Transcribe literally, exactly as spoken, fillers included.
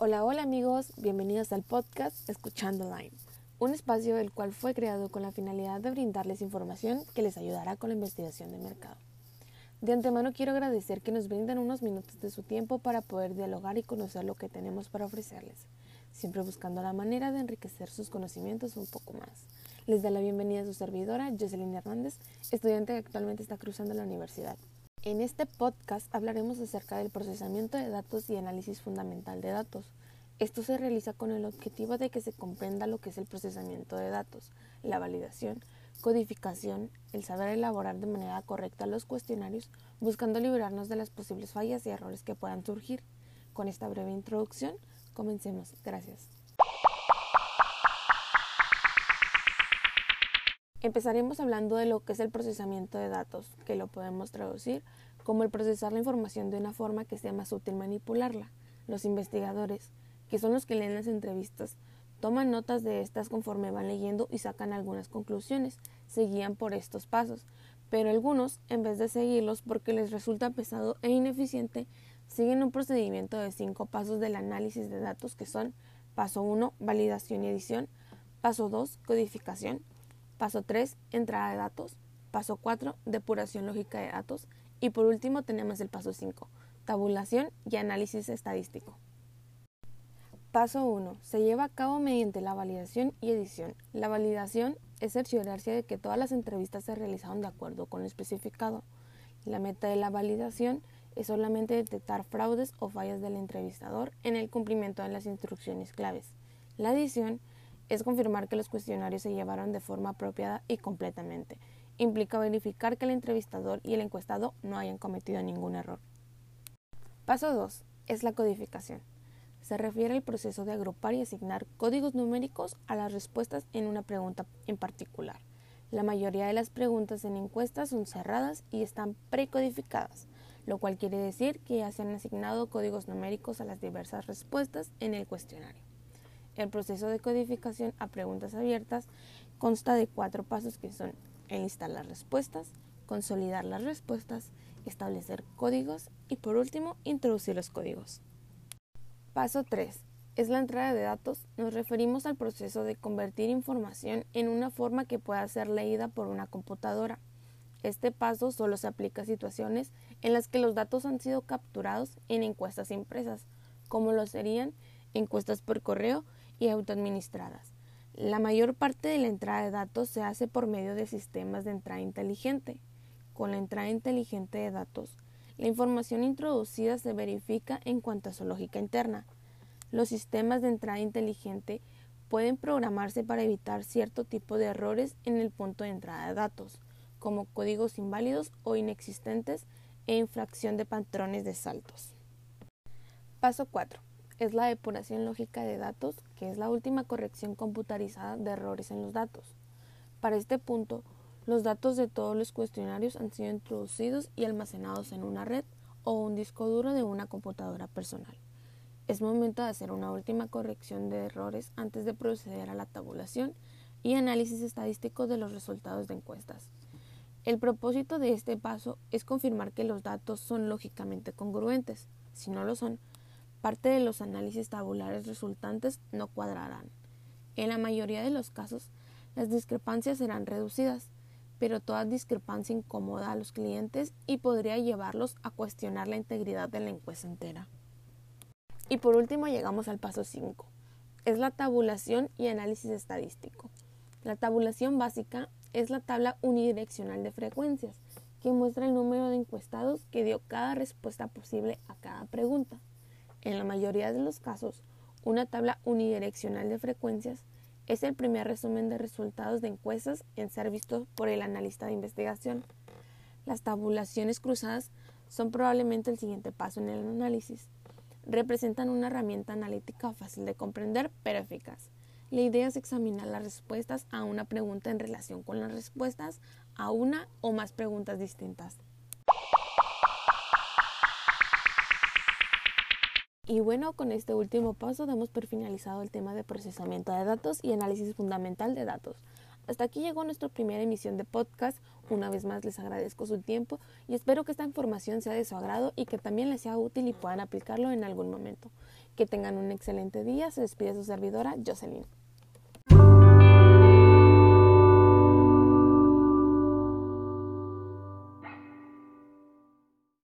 Hola, hola amigos, bienvenidos al podcast Escuchando Line, un espacio el cual fue creado con la finalidad de brindarles información que les ayudará con la investigación de mercado. De antemano quiero agradecer que nos brinden unos minutos de su tiempo para poder dialogar y conocer lo que tenemos para ofrecerles, siempre buscando la manera de enriquecer sus conocimientos un poco más. Les da la bienvenida a su servidora, Jocelyn Hernández, estudiante que actualmente está cursando la universidad. En este podcast hablaremos acerca del procesamiento de datos y análisis fundamental de datos. Esto se realiza con el objetivo de que se comprenda lo que es el procesamiento de datos, la validación, codificación, el saber elaborar de manera correcta los cuestionarios, buscando librarnos de las posibles fallas y errores que puedan surgir. Con esta breve introducción, comencemos. Gracias. Empezaremos hablando de lo que es el procesamiento de datos, que lo podemos traducir como el procesar la información de una forma que sea más útil manipularla. Los investigadores, que son los que leen las entrevistas, toman notas de estas conforme van leyendo y sacan algunas conclusiones, se guían por estos pasos, pero algunos, en vez de seguirlos porque les resulta pesado e ineficiente, siguen un procedimiento de cinco pasos del análisis de datos que son: paso uno, validación y edición; paso dos, codificación; paso tres, entrada de datos; paso cuatro, depuración lógica de datos; y por último tenemos el paso cinco, tabulación y análisis estadístico. Paso uno. Se lleva a cabo mediante la validación y edición. La validación es cerciorarse de que todas las entrevistas se realizaron de acuerdo con lo especificado. La meta de la validación es solamente detectar fraudes o fallas del entrevistador en el cumplimiento de las instrucciones claves. La edición es confirmar que los cuestionarios se llevaron de forma apropiada y completamente. Implica verificar que el entrevistador y el encuestado no hayan cometido ningún error. Paso dos. Es la codificación. Se refiere al proceso de agrupar y asignar códigos numéricos a las respuestas en una pregunta en particular. La mayoría de las preguntas en encuestas son cerradas y están precodificadas, lo cual quiere decir que ya se han asignado códigos numéricos a las diversas respuestas en el cuestionario. El proceso de codificación a preguntas abiertas consta de cuatro pasos que son: enlistar las respuestas, consolidar las respuestas, establecer códigos y por último introducir los códigos. Paso tres. Es la entrada de datos. Nos referimos al proceso de convertir información en una forma que pueda ser leída por una computadora. Este paso solo se aplica a situaciones en las que los datos han sido capturados en encuestas impresas, como lo serían encuestas por correo y autoadministradas. La mayor parte de la entrada de datos se hace por medio de sistemas de entrada inteligente. Con la entrada inteligente de datos, la información introducida se verifica en cuanto a su lógica interna. Los sistemas de entrada inteligente pueden programarse para evitar cierto tipo de errores en el punto de entrada de datos, como códigos inválidos o inexistentes e infracción de patrones de saltos. Paso cuatro. Es la depuración lógica de datos, que es la última corrección computarizada de errores en los datos. Para este punto, los datos de todos los cuestionarios han sido introducidos y almacenados en una red o un disco duro de una computadora personal. Es momento de hacer una última corrección de errores antes de proceder a la tabulación y análisis estadístico de los resultados de encuestas. El propósito de este paso es confirmar que los datos son lógicamente congruentes. Si no lo son, parte de los análisis tabulares resultantes no cuadrarán. En la mayoría de los casos, las discrepancias serán reducidas, pero toda discrepancia incomoda a los clientes y podría llevarlos a cuestionar la integridad de la encuesta entera. Y por último llegamos al paso cinco. Es la tabulación y análisis estadístico. La tabulación básica es la tabla unidireccional de frecuencias, que muestra el número de encuestados que dio cada respuesta posible a cada pregunta. En la mayoría de los casos, una tabla unidireccional de frecuencias es el primer resumen de resultados de encuestas en ser visto por el analista de investigación. Las tabulaciones cruzadas son probablemente el siguiente paso en el análisis. Representan una herramienta analítica fácil de comprender, pero eficaz. La idea es examinar las respuestas a una pregunta en relación con las respuestas a una o más preguntas distintas. Y bueno, con este último paso damos por finalizado el tema de procesamiento de datos y análisis fundamental de datos. hasta aquí llegó nuestra primera emisión de podcast. Una vez más les agradezco su tiempo y espero que esta información sea de su agrado y que también les sea útil y puedan aplicarlo en algún momento. Que tengan un excelente día. Se despide su servidora, Jocelyn.